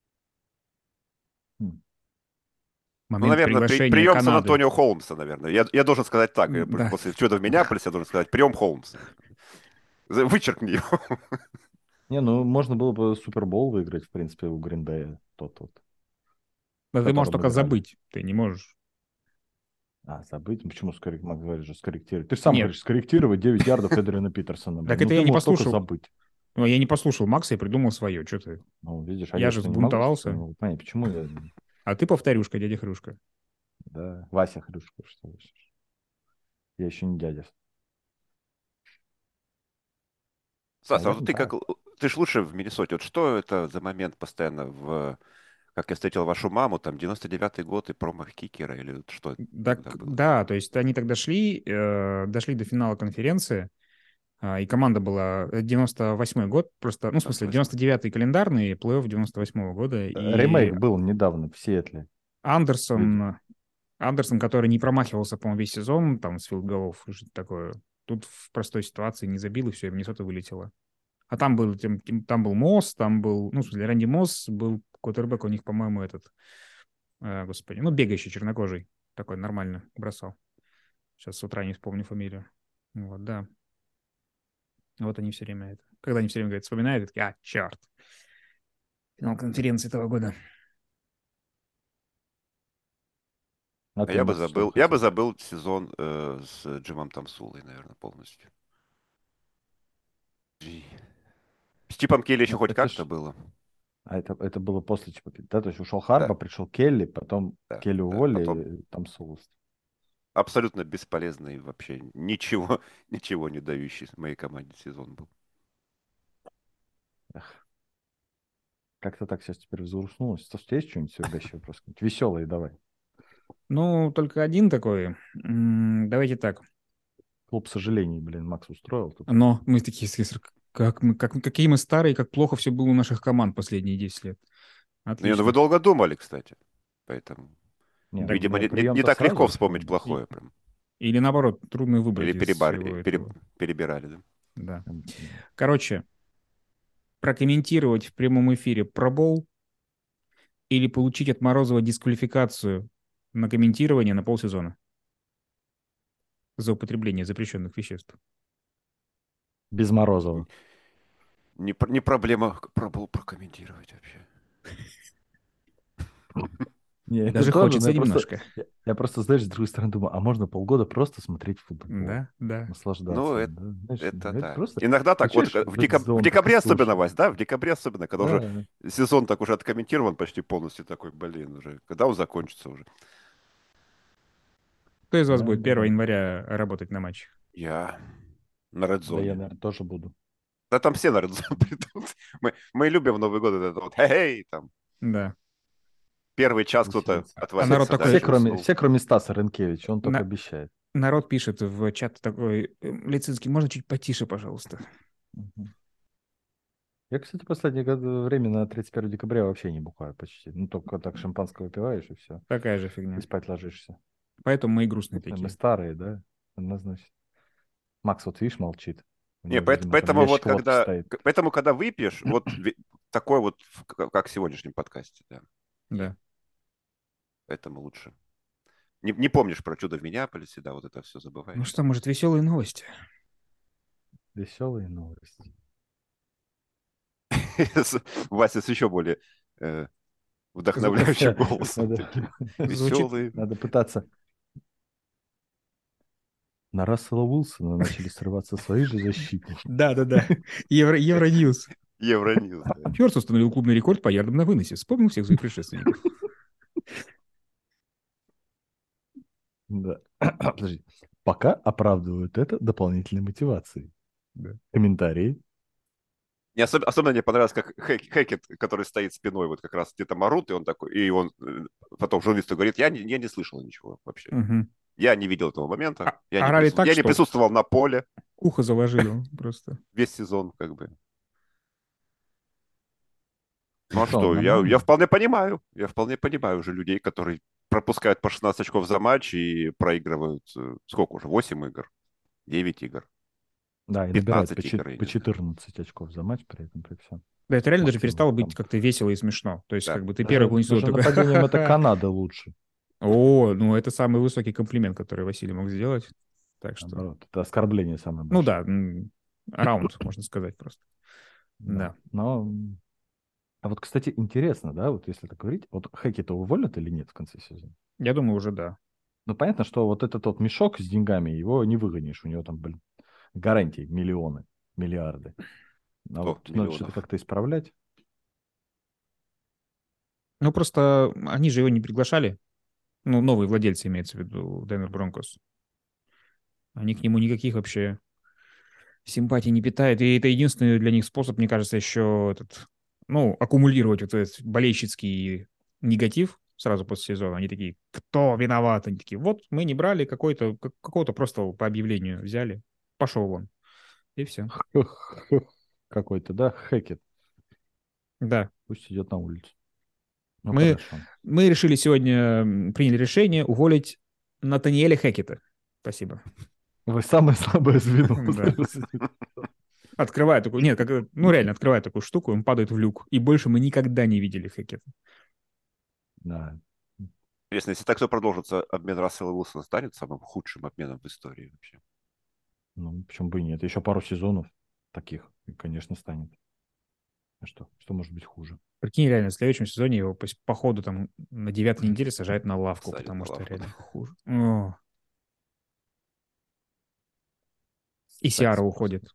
Хм. Ну, Момент наверное, приглашения прием Канады. Сан-Антонио Холмса, наверное. Я должен сказать так. Да. После чуда в Миннеаполисе я должен сказать прием Холмса. Вычеркни его. Не, ну, можно было бы Супербол выиграть, в принципе, у Гринбея, тот вот, в Но ты можешь котором только играли. забыть. Ты не можешь. Забыть? Ну, почему говоришь же, скорректировать? Ты же сам Нет. говоришь, скорректировать 9 ярдов Эдриана Питерсона, Так блин. Ну, это ты я не можешь только послушал. забыть. Ну, я не послушал Макса и придумал свое. Что ты? Ну, видишь, а Я я же что, не могу взбунтовался. понять, почему я... А ты повторюшка, дядя Хрюшка. Да, Вася Хрюшка, что ли? Я еще не дядя. Стас, а вот Наверное, ты да. как... Ты ж лучше в Миннесоте. Вот что это за момент постоянно Как я встретил вашу маму, там, 99-й год и промах кикера, или вот что это тогда было? Да, то есть они так дошли до финала конференции, и команда была 98-й год, просто, ну, в смысле, 98-й. 99-й календарный, плей-офф 98-го года, и Ремейк был недавно в Сиэтле. Андерсон, Андерсон, который не промахивался, по-моему, весь сезон, там, с филд-голов, что-то такое, тут в простой ситуации не забил, и все, и Миннесота вылетела. А там был Мосс, там был, ну, в смысле, Рэнди Мосс был квотербек у них, по-моему, этот, господи, ну, бегающий, чернокожий, такой нормально бросал. Сейчас с утра не вспомню фамилию. Вот, да. Вот они все время это. Когда они все время говорят, вспоминают, такие, черт. Финал конференции этого года. А А ты, Макс, что я бы хотел? забыл сезон с Джимом Тамсулой, наверное, полностью. Джи. С Чипом Келли еще хоть Это как-то ж... было. это было после Чипа, да? То есть ушел Да, Харба, пришел Келли, потом да, Келли да. уволили, Потом и там Соус. абсолютно бесполезный вообще, ничего, ничего не дающий моей команде сезон был. Эх, как-то так сейчас теперь взгрустнулось. Что, есть что-нибудь свербящий вопрос? Веселый давай. Ну, только один такой. Давайте так. Клуб сожалений, блин, Макс устроил тут. Но мы такие, какие мы старые, как плохо все было у наших команд последние 10 лет. Не, ну вы Отлично. долго думали, кстати. Поэтому, Не, Так, видимо, мы не прием-то так легко сразу вспомнить вспомнили. плохое прям. или наоборот, трудно Или выбрать из всего этого. перебирали, да? Да. М, Короче, прокомментировать в прямом эфире пробол или получить от Морозова дисквалификацию на комментирование на полсезона. за употребление запрещенных веществ. Без Морозова. Не проблема пробовал прокомментировать вообще. Не, Даже тоже, но хочется немножко. я просто, знаешь, с другой стороны думаю, а можно полгода просто смотреть футбол, Да, да. наслаждаться Ну, им, да? Знаешь, это это да. просто Иногда так, вот включаешь в Дэдзон, так и декабре особенно, слушаешь. Вась, да? В декабре особенно, когда уже Да, сезон так уже откомментирован почти полностью, такой, блин, уже. Когда он закончится уже? Кто из вас да, будет да, 1 да. января работать на матче? Я на Red Да, я, Zone. наверное, тоже буду. Да там все на Red Zone придут. Мы любим в Новый год вот это вот, хей-хей, там. Да. Первый час кто-то Веселиться. А народ отвалился, такой, Все, дальше кроме, уснул. все, кроме Стаса Ренкевича, он только на- обещает. народ пишет в чат такой, Лицинский, можно чуть потише, пожалуйста? Мгм. Я, кстати, последнее время на 31 декабря вообще не бухаю почти. Ну, только так шампанское выпиваешь и все. Такая же И фигня. спать ложишься. Поэтому мы и грустные Мы такие. старые, да? Однозначно. Макс, вот видишь, молчит. У Не, него, видимо, там поэтому вот ящик водки когда, стоит. поэтому когда выпьешь, вот такой вот, как в сегодняшнем подкасте, да, Да. поэтому лучше. Не помнишь про чудо в Миннеаполисе, да, вот это все Ну забываешь. что, может, веселые новости? Веселые новости. Вася с еще более вдохновляющим Звуков голосом надо, таким. Звучит... Веселые. надо пытаться. На Рассела Уилсона начали срываться свои же защитники. Да-да-да. Евроньюз. Евроньюз, да. Хёрст установил клубный рекорд по ярдам на выносе. Вспомнил всех своих предшественников. Да. Подожди. Пока оправдывают это дополнительной мотивацией. Да. Комментарии. Мне особенно мне понравилось, как Хэкет, который стоит спиной, вот как раз где-то марут, и он такой, и он потом журналисту говорит, я не слышал ничего вообще. Мгм. Я не видел этого момента, Орали так, я не что присутствовал на поле ухо заложило просто. весь сезон, как бы. Ну Ну а что, что, я нормально? вполне понимаю уже людей, которые пропускают по 16 очков за матч и проигрывают, сколько уже, 8 игр, 9 игр, Да, и набирает 15 игр, я по не знаю. 14 очков за матч при этом, при всем. Да, это реально даже Максим, перестало быть там, как-то весело и смешно. То есть, Да. как бы ты первый даже, пунктил даже такой, нападением это ха-ха-ха. Канада лучше. О, ну это самый высокий комплимент, который Василий мог сделать. Так что, Наоборот, это оскорбление самое ну большое. да, раунд, можно сказать просто. Да. Да. Но, а вот, кстати, интересно, да, вот если так говорить, вот Хэкета уволят или нет в конце сезона? Я думаю, уже да. Ну, понятно, что вот этот вот мешок с деньгами, его не выгонишь. У него там, блин, гарантии миллионы, миллиарды. А О, вот надо что-то миллионов. как-то исправлять. Ну просто они же его не приглашали. Ну, новые владельцы, имеется в виду, Денвер Бронкос. Они к нему никаких вообще симпатий не питают. И это единственный для них способ, мне кажется, еще этот, ну, аккумулировать вот этот болельщицкий негатив сразу после сезона. Они такие, кто виноват? Они такие, вот мы не брали какого-то просто по объявлению взяли. Пошел вон. И все. Какой-то, да, Хэкет. Да. Пусть идет на улицу. Ну, Мы, хорошо. мы решили сегодня, приняли решение уволить Натаниэля Хекета. Спасибо. Вы самое слабое звено. Да. Открывает такую, нет, ну реально открывает такую штуку, он падает в люк. И больше мы никогда не видели Хекета. Да. Интересно, если так все продолжится, обмен Рассела Уилсона станет самым худшим обменом в истории вообще. Ну, почему бы и нет? Еще пару сезонов таких, конечно, станет. А что? Что может быть хуже? Прикинь, реально, в следующем сезоне его по ходу там на 9-й неделе сажают на лавку, Садят потому на что лавку. реально хуже. О, и Сиара Секс просто. уходит.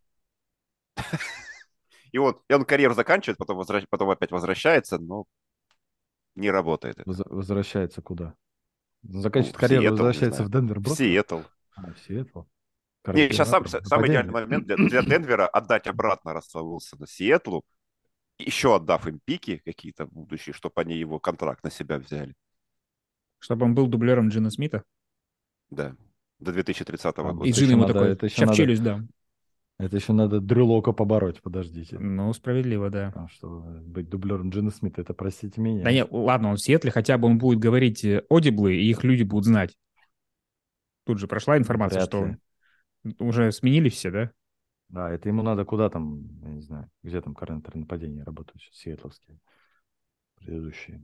И он карьеру заканчивает, потом опять возвращается, но не работает это. Возвращается куда? Ну, Заканчивает в карьеру, Сиэтл, не возвращается в знаю. Денвер В Бронкос? Сиэтл. В Сиэтл. Не, сейчас Координатор самый идеальный нападения. момент для Денвера отдать обратно Рассела Уилсона Сиэтлу, еще отдав им пики какие-то будущие, чтобы они его контракт на себя взяли. Чтобы он был дублером Джина Смита. Да, до 2030 А, И года. это Джин еще ему надо, такой, ща в челюсть дам. это еще надо Дрю Лока побороть, подождите. Ну, справедливо, да. Потому что быть дублером Джина Смита, это, простите Да меня. нет, ладно, он в Сиэтле, хотя бы он будет говорить одиблы, и их люди будут знать. Тут же прошла информация, Вряд что ли. уже сменились все, да? Да, это ему надо куда там, я не знаю, где там координаторы нападения работают, сейчас, сиэтловские, предыдущие.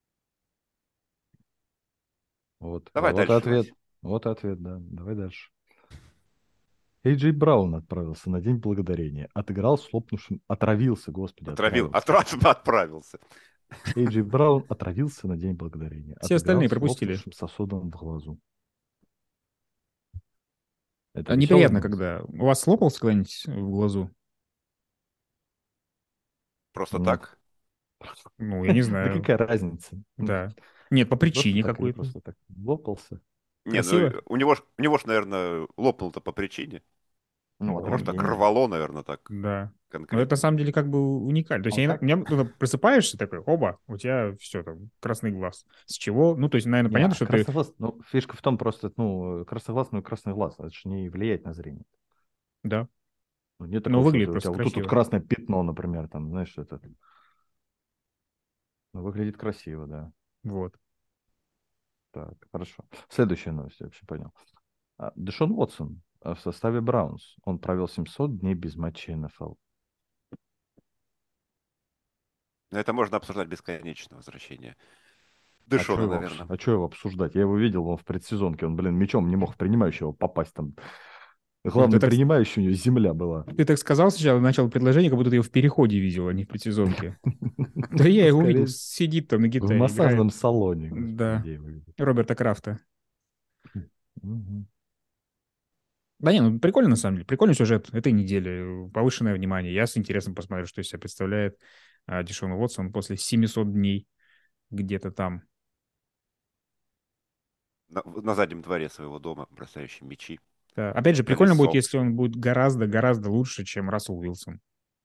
Вот, Давай вот и дальше, ответ. Вась. Вот и ответ, да. Давай дальше. Эй-Джей Браун отправился на День Благодарения. Отыграл с лопнувшим... Отравился, господи, отравился. Отправился. Эй-Джей Браун отравился на День Благодарения. Все Отыграл остальные с пропустили. лопнувшим сосудом в глазу. Это веселая Неприятно, новость? когда... У вас слопался когда-нибудь в глазу? Просто Ну, так? Ну, я не да знаю. какая разница? Да. Нет, по Просто причине так или какой-то. просто так? Лопался? Не, ну Красиво? у него ж, наверное, лопнул-то по причине. Ну, Вот, может, я так не знаю. рвало, наверное, так Да. Но это на конкретно. самом деле как бы уникально. То есть Он у так? меня просыпаешься такой, оба, у тебя все там, красный глаз. С чего? Ну, то есть, наверное, Не, понятно, что ты... красный глаз, ну, фишка в том просто, ну, красный глаз, ну и красный глаз, это же не влияет на зрение. Да. Ну, нет Но такого, что выглядит у тебя просто вот тут вот красиво. красное пятно, например, там, знаешь, это ну, выглядит красиво, да. Вот. Так, хорошо. Следующая новость, я вообще понял. Дэшон Уотсон в составе Браунс. Он провел 700 дней без матча НФЛ. Но это можно обсуждать бесконечно, возвращение А что Дэшона, его, наверное. его обсуждать? Я его видел, он в предсезонке, он, блин, мячом не мог в принимающего попасть там. Ну, Главный принимающий у него земля была. ты так сказал сначала, начал предложение, как будто ты его в переходе видел, а не в предсезонке. Да я его увидел, Скорее, сидит там на в гитаре, играет. массажном салоне, господи, Да, где его видел. Роберта Крафта. Мгм. Да не, ну прикольно на самом деле. Прикольный сюжет этой недели. Повышенное внимание. Я с интересом посмотрю, что из себя представляет Дешон Уотсон после 700 дней где-то там. На заднем дворе своего дома, бросающий мячи. Да. Опять же, прикольно будет, Колесо. если он будет гораздо-гораздо лучше, чем Рассел Уилсон.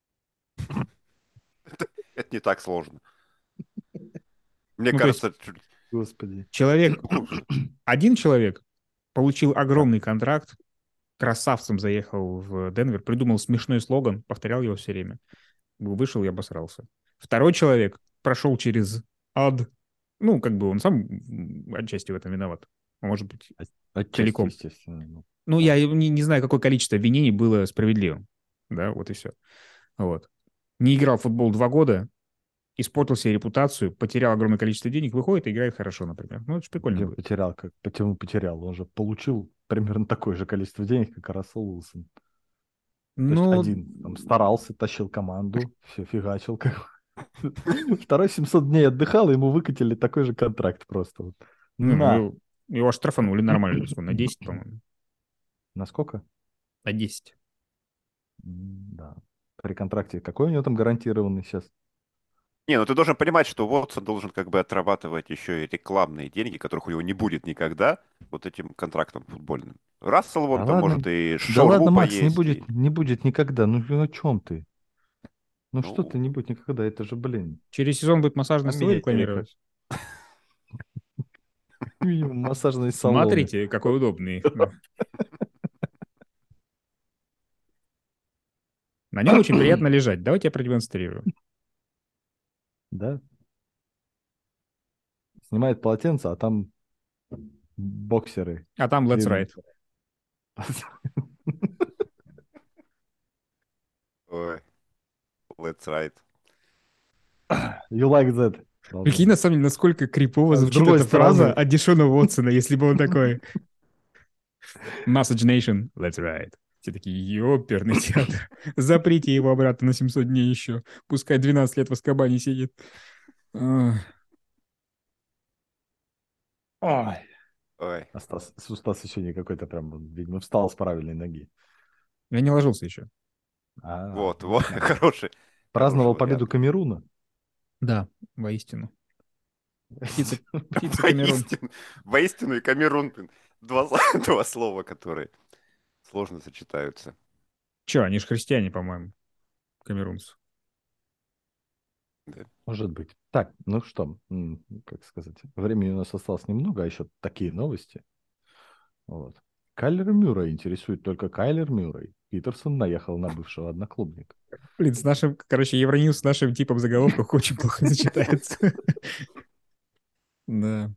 Это не так сложно. Мне Ну, то есть кажется, Господи. человек, ну, один человек получил огромный контракт, красавцем заехал в Денвер, придумал смешной слоган, повторял его все время. Вышел и обосрался. Второй человек прошел через ад. Ну, как бы он сам отчасти в этом виноват. Может быть, Отчасти, целиком. естественно. Ну, Ну, да. я не знаю, какое количество обвинений было справедливым. Да, вот и все. Вот. Не играл в футбол 2 года, испортил себе репутацию, потерял огромное количество денег, выходит и играет хорошо, например. Ну, это же прикольно Где он будет. потерял, почему потерял? Он же получил примерно такое же количество денег, как и Рассел Уилсон. То есть Ну, один там старался, тащил команду, все фигачил. Второй 700 дней отдыхал, и ему выкатили такой же контракт просто. Вот. ну, На! его штрафанули нормально, то есть он на 10, по-моему. Насколько? На 10. Да. При контракте какой у него там гарантированный сейчас? не, ну ты должен понимать, что Уотсон должен как бы отрабатывать еще и рекламные деньги, которых у него не будет никогда, вот этим контрактом футбольным. Рассел Да вон там ладно, может и да шаурму ладно, Макс, не поесть, и... будет, не будет никогда. Ну о чем ты? Ну что Ну, ты не будет никогда? Это же, блин, Через сезон будет массажный а стол меня как рекламировать. минимум массажные салоны. Смотрите, какой удобный. Да. На нем очень приятно лежать. Давайте я продемонстрирую. Да? Снимает полотенце, а там боксеры. А там Let's Длинные. Ride. ой, let's right. You like that? Должно Прикинь, на быть. самом деле, насколько крипово А с звучит другой эта фраза стороны, от Дишона Уотсона, если бы он такой Massage Nation, Let's Ride. Все такие, ёперный театр. Заприте его обратно на 700 дней еще. Пускай 12 лет в Аскабане сидит. Ах. ой, Ой, Стас еще не какой-то прям, видимо, встал с правильной ноги. Я не ложился еще. вот, Нормально. хороший, хороший Праздновал победу вариант. Камеруна. Да, воистину. Птица Камерун. Воистину и Камерун, блин. Два слова, которые сложно сочетаются. Че, они же христиане, по-моему, камерунцы. Да. Может быть. Так, ну что, как сказать, времени у нас осталось немного, а еще такие новости. Вот. Кайлер Мюррей интересует только Кайлер Мюррей. Питерсон наехал на бывшего одноклубника. Блин, с нашим, короче, Евроньюз с нашим типом заголовков очень плохо сочетается. Да.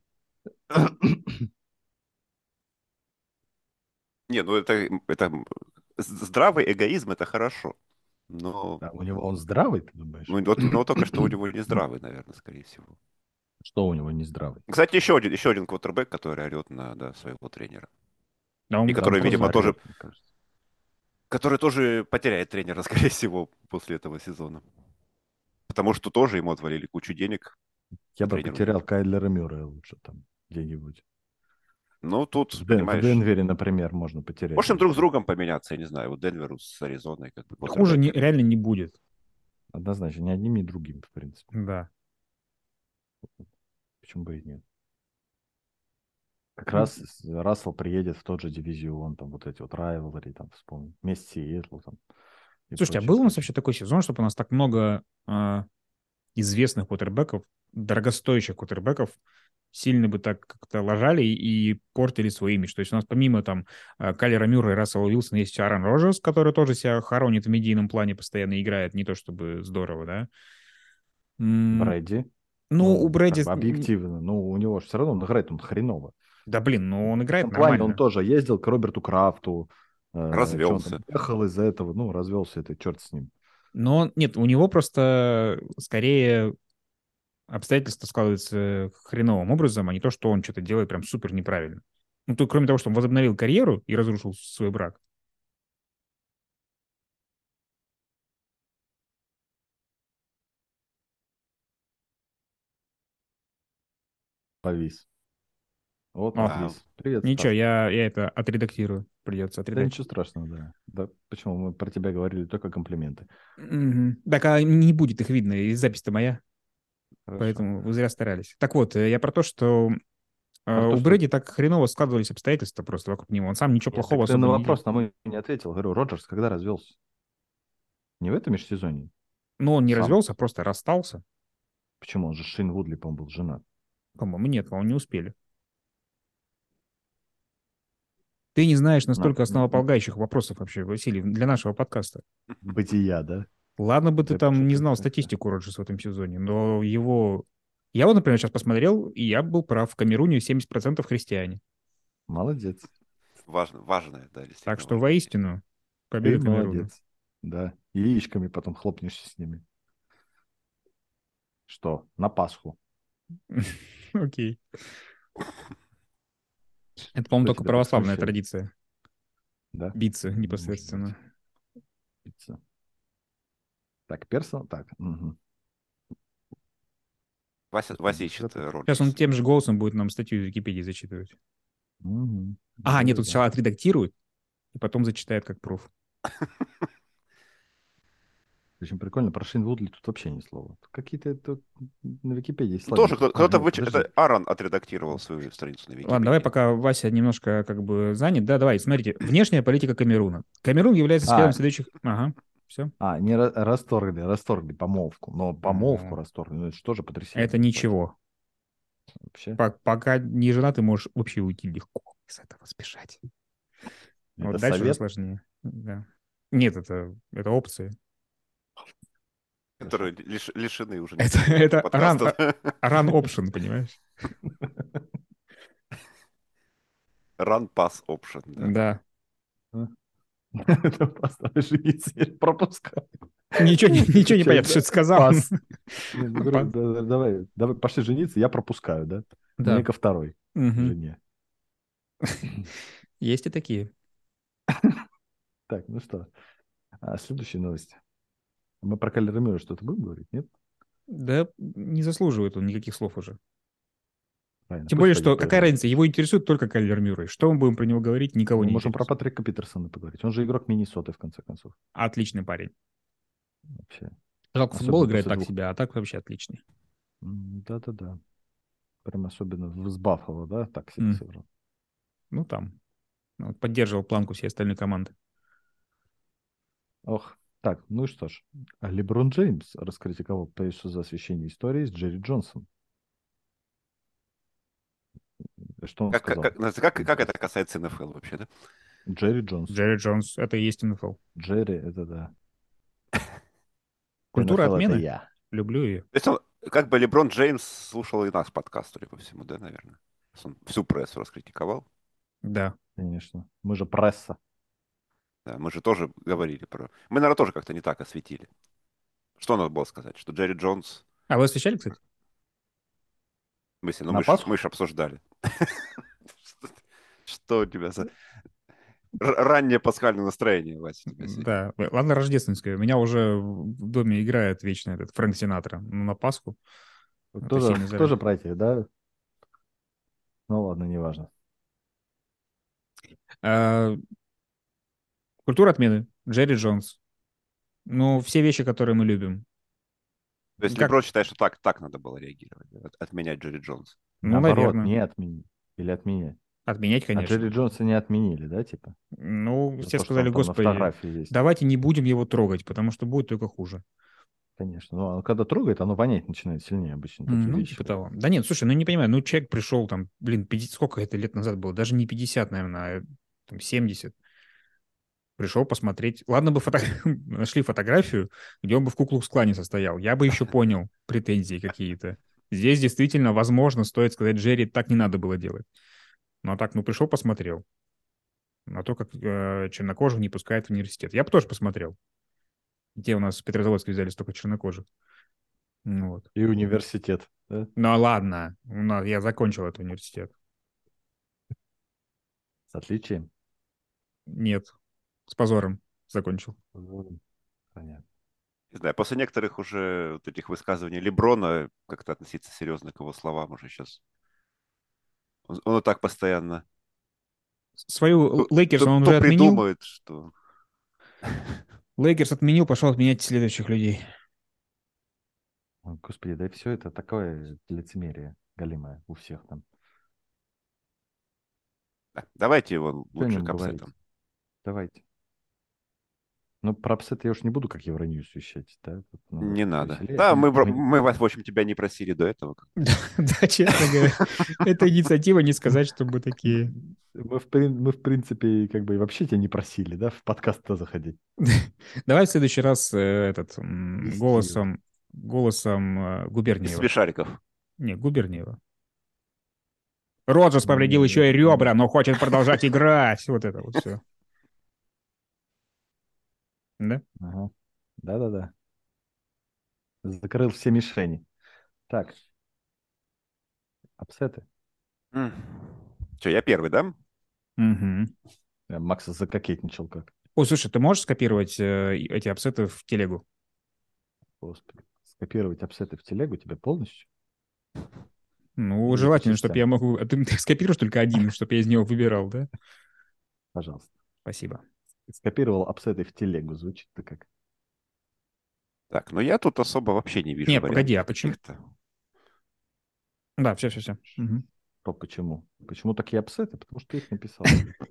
Не, ну это здравый эгоизм, это хорошо. Но, А у него он здравый, ты думаешь? но только что у него не здравый, наверное, скорее всего. Что у него не здравый? Кстати, еще один квотербек, который орет на своего тренера. Да И он Да он который, просто видимо, тоже, орет, мне кажется. Который тоже потеряет тренера, скорее всего, после этого сезона. Потому что тоже ему отвалили кучу денег, Я а бы тренер у них. потерял Кайлера Мюррея лучше там где-нибудь. Ну, тут, В понимаешь, Денвере, например, можно потерять можешь им друг с лучше. другом поменяться, я не знаю, вот Денверу с Аризоной, как бы Хуже квотербеками. реально не будет. Однозначно, ни одним, ни другим, в принципе. Да. Почему бы и нет? Как раз Рассел приедет в тот же дивизион, там вот эти вот райвелри, там вспомним, вместе с Сиэтл там и Слушайте, а прочее, был у нас прочее. вообще такой сезон, чтобы у нас так много известных квотербеков, дорогостоящих квотербеков, сильно бы так как-то ложали и портили свой имидж. То есть у нас помимо там Кайлера Мюррея и Рассела Уилсона есть Аарон Роджерс, который тоже себя хоронит в медийном плане, постоянно играет, не то чтобы здорово, да. Брэди, Ну, у ну, как Брэди... бы объективно, ну, у него же все равно он играет, он хреново. Да блин, ну он В играет этом плане он нормально. тоже ездил к Роберту Крафту, что он там Развелся. ехал из-за этого, ну, развелся, это черт с ним. Но нет, у него просто скорее обстоятельства складываются хреновым образом, а не то, что он что-то делает прям супер неправильно. Ну, то, кроме того, что он возобновил карьеру и разрушил свой брак. Повис. Вот, О, А, отвис. Привет, ничего, Стас. я это отредактирую. Придется Да ничего отредактировать. страшного, да. Да, почему мы про тебя говорили только комплименты. Мгм. Так, а не будет их видно, и запись-то моя, Хорошо. поэтому вы зря старались. Так вот, я про то, что Про то, у что... Брэди так хреново складывались обстоятельства просто вокруг него. Он сам ничего Нет, плохого так ты особо на не делал. вопрос на мой не ответил. Говорю, Роджерс когда развелся? Не в этом межсезонье? Но он не Сам. развелся, а просто расстался. Почему? Он же с Шейн Вудли, по-моему, был женат. По-моему, нет, по-моему, не успели. Ты не знаешь На, настолько основополагающих вопросов вообще, Василий, для нашего подкаста. бытия, да? Ладно бы ты Да там не что-то знал как-то. статистику Роджерса в этом сезоне, но его... Я вот, например, сейчас посмотрел, и я был прав. В Камеруне 70% христиане. Молодец. важная, да, Так действительно что важная часть. воистину Ты победа Камеруна. молодец. Да. Яичками потом хлопнешься с ними. Что? На Пасху. Окей. Это, по-моему, Что только тебя так православная смущает? традиция. Да? Биться Может быть. непосредственно. Пицца. Так, персон. Так. Угу. Вася ищет Сейчас он Роджерса. тем же голосом будет нам статью из Википедии зачитывать. Угу. А, нет, тут Да-да-да. сначала отредактирует, и потом зачитает как пруф. Очень прикольно. Про Шейн Вудли тут вообще ни слова. Какие-то тут на Википедии Ну, тоже слабенькие. А, нет, подожди. Это Аарон отредактировал свою страницу на Ладно, давай, Википедии. пока Вася немножко как бы занят. Да, давай, смотрите. Внешняя политика Камеруна. Камерун является следом А, следующих... Ага, все. не расторгли помолвку. Но помолвку расторгли. Ну, это же тоже потрясение, Это кстати. ничего. Вообще. Пока не жена, ты можешь вообще уйти легко из этого сбежать. Вот Это дальше уже совет. сложнее. Да. Нет, это опция. Хорошо. Которые лишены уже Это, несколько это подкастов. run option, понимаешь? Run pass option, да. Да. Это поставишь жениться, я пропускаю. Ничего не Отвечает, понятно, да, что ты сказал. пас. Нет, ну, говорю, давай, пошли жениться, я пропускаю, да? Мне Да. ко второй Мгм. жене. Есть и такие. Так, ну что, следующая новость. Мы про Кайлера Мюррея что-то будем говорить, нет? Да не заслуживает он никаких слов уже. Правильно, Тем пусть более, пойдет что какая поиграет разница, лучше. его интересует только Кайлер Мюррей. Что мы будем про него говорить, никого Мы не можем про интересует. Патрика Питерсона поговорить. Он же игрок Миннесоты, в конце концов. Отличный парень. Вообще. Жалко, футбол Особенно играет после так двух. себе, а так вообще отличный. Да-да-да. Прям особенно с Баффало, да, так себя М, сыграл. Ну, там. Вот поддерживал планку всей остальной команды. Ох, так, ну и что ж. Леброн Джеймс раскритиковал Пейсу за освещение истории с Джерри Джонсом. Что он сказал? Как это касается НФЛ вообще, да? Джерри Джонс. Джерри Джонс, это и есть НФЛ. Джерри, это да. Культура НФЛ это отмены. я. Люблю ее. То есть он, как бы Леброн Джеймс слушал и наш подкаст, судя по всему, да, наверное. Он всю прессу раскритиковал. Да. Конечно. Мы же пресса. Да, мы же тоже говорили про... Мы, наверное, тоже как-то не так осветили. Что надо было сказать? Что Джерри Джонс... А вы освещали, кстати? В смысле, ну На мы ж Пасху? обсуждали. Что у тебя за... Раннее пасхальное настроение, Вася, у тебя сегодня. Да, ладно, рождественское. У меня уже в доме играет вечно этот Фрэнк Синатра. Ну, на Пасху. Это Тоже, сильно заранее. тоже братья, да? Ну ладно, неважно. А, культура отмены. Джерри Джонс. Ну, все вещи, которые мы любим. То есть Как? Леброн считает, что так надо было реагировать, да, отменять Джерри Джонс. Ну, Наоборот, наверное. не отменить. Или отменять. Отменять, А конечно. Джерри Джонса не отменили, да, типа? Ну, За все то, что сказали, он там на господи, фотографии есть. давайте не будем его трогать, потому что будет только хуже. Конечно. Ну, а когда трогает, оно вонять начинает сильнее обычно, такие Ну, вещи. типа того. Да нет, слушай, ну не понимаю, ну человек пришел там, блин, 50, сколько это лет назад было? Даже не 50, наверное, а там 70. Пришел посмотреть. Ладно бы нашли фотографию, где он бы в Ку-Клукс-Клане состоял. Я бы еще понял претензии какие-то. Здесь действительно, возможно, стоит сказать, Джерри, так не надо было делать. Ну а так, ну пришел, посмотрел на то, как чернокожих не пускают в университет. Я бы тоже посмотрел. Где у нас в Петрозаводске взяли столько чернокожих. Ну, вот. И университет, да? Ну а ладно, я закончил этот университет. С отличием. Нет, с позором закончил. Понятно. Не знаю, после некоторых уже вот этих высказываний Леброна как-то относиться серьезно к его словам уже сейчас. Он и так постоянно Свою Лейкерс он то уже отменил. придумает, что... Лейкерс отменил, пошел отменять следующих людей. Ой, господи, да и все это такое лицемерие галимое у всех там. Да, давайте его Что о лучше нем к говорить? апсетам. Давайте. Ну, про апсет я уж не буду, как Евроньюз вещать, да? Тут надо Не надо. повеселее. Да, мы вас, в общем, тебя не просили до этого. Да, честно говоря, эта инициатива не сказать, чтобы такие. Мы, в принципе, как бы и вообще тебя не просили, да, в подкаст-то заходить. Давай в следующий раз Вести. голосом Из Губерниева. смешариков. Не, Губерниева. Роджерс повредил еще и Не. ребра, но хочет продолжать играть. Вот это вот все. Да? Ага. Да-да-да. Закрыл все мишени. Так, апсеты. Что, я первый, да? Угу. Макс закокетничал как. Ой, слушай, ты можешь скопировать эти апсеты в телегу? Господи. Скопировать апсеты в телегу тебе полностью? Ну, Или по желательно, чтобы я частям? могу... А ты скопируешь только один, чтобы я из него выбирал, да? Пожалуйста. Спасибо. Скопировал апсеты в телегу. Звучит-то как. Так, ну я тут особо вообще не вижу Не, погоди, а вариантов почему? каких-то. Да, все. Почему? Почему такие апсеты? Потому что ты их написал.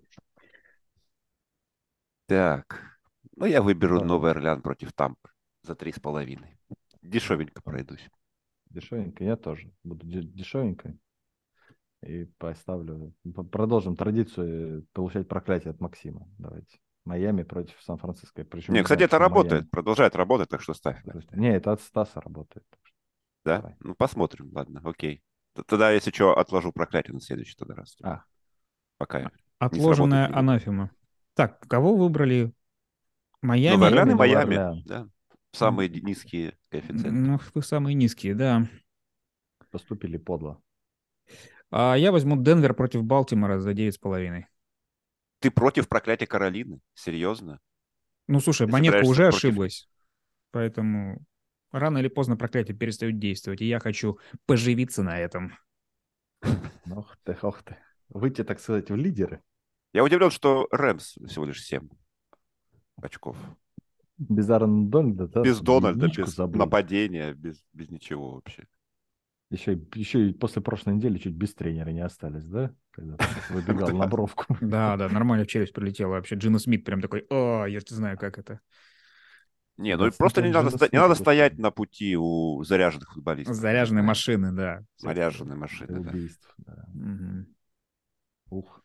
Так, ну я выберу Давай. Новый Орлеан против Тампы за 3,5. Дешевенько пройдусь. Дешевенько. Я тоже. Буду дешевенько. И поставлю. Продолжим традицию получать проклятие от Максима. Давайте. Майами против Сан-Франциско. Причем Не, не кстати, знаю, это почему Майами. работает, продолжает работать, так что ставь, да. Не, это от Стаса работает. Так что Да? давай. Ну, посмотрим, ладно, окей. Тогда, если что, отложу проклятие на следующий тогда раз. А, Пока не сработает Отложенная другой. анафема. Так, кого выбрали? Новый Майами? Орлеан и Новый Майами, Орлеан. да. Самые низкие коэффициенты. Ну, вы самые низкие, да. Поступили подло. А я возьму Денвер против Балтимора за 9,5. Ты против проклятия Каролины? Серьезно? Ну, слушай, Ты монетка собираешься уже против... ошиблась, поэтому рано или поздно проклятие перестает действовать, и я хочу поживиться на этом. Ох ты, ох ты. Выйти, так сказать, в лидеры. Я удивлен, что Рэмс всего лишь 7 очков. Без Аарона Дональда, да, Без там Дональда, единичку без забыл. нападения, без ничего вообще. Еще и после прошлой недели чуть без тренера не остались, да? Когда выбегал на бровку. Да, нормально в челюсть прилетело вообще. Джина Смит прям такой, я же знаю, как это. Не, ну и Да, просто Джина не Смита, надо господи. стоять на пути у заряженных футболистов. Мы Заряженные знаем. машины, да. Заряженные Для машины, да. убийств. Да. Мгм. Ух.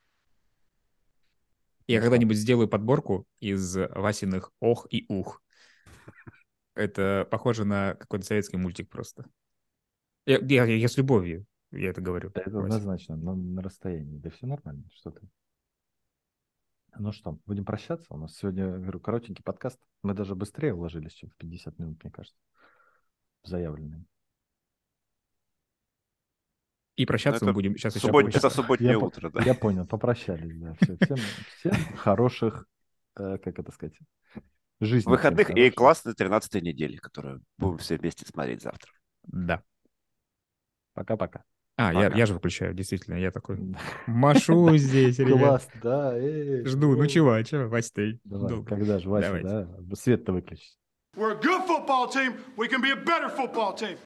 Я Ну что, когда-нибудь сделаю подборку из Васиных ох и ух. Это похоже на какой-то советский мультик просто. Я с любовью, я это говорю, да это Вася. однозначно, на расстоянии. Да все нормально, что ты. Ну что, будем прощаться? У нас сегодня, говорю, коротенький подкаст. Мы даже быстрее уложились, чем в 50 минут, мне кажется, в заявленные. И прощаться мы это будем сейчас еще это позже. субботнее утро, да. Я понял, попрощались, да. Всем хороших, как это сказать, жизни всем Выходных и хорошей. классной 13-й недели, которую будем все вместе смотреть завтра. Да. Пока-пока. Я же выключаю, действительно, я такой машу здесь, ребят. Класс, да. Жду, ну чего, Вась, ты Давай, долго. когда же, Вася, Давайте. да? Свет-то выключить. We're a good football team. We can be a better football team.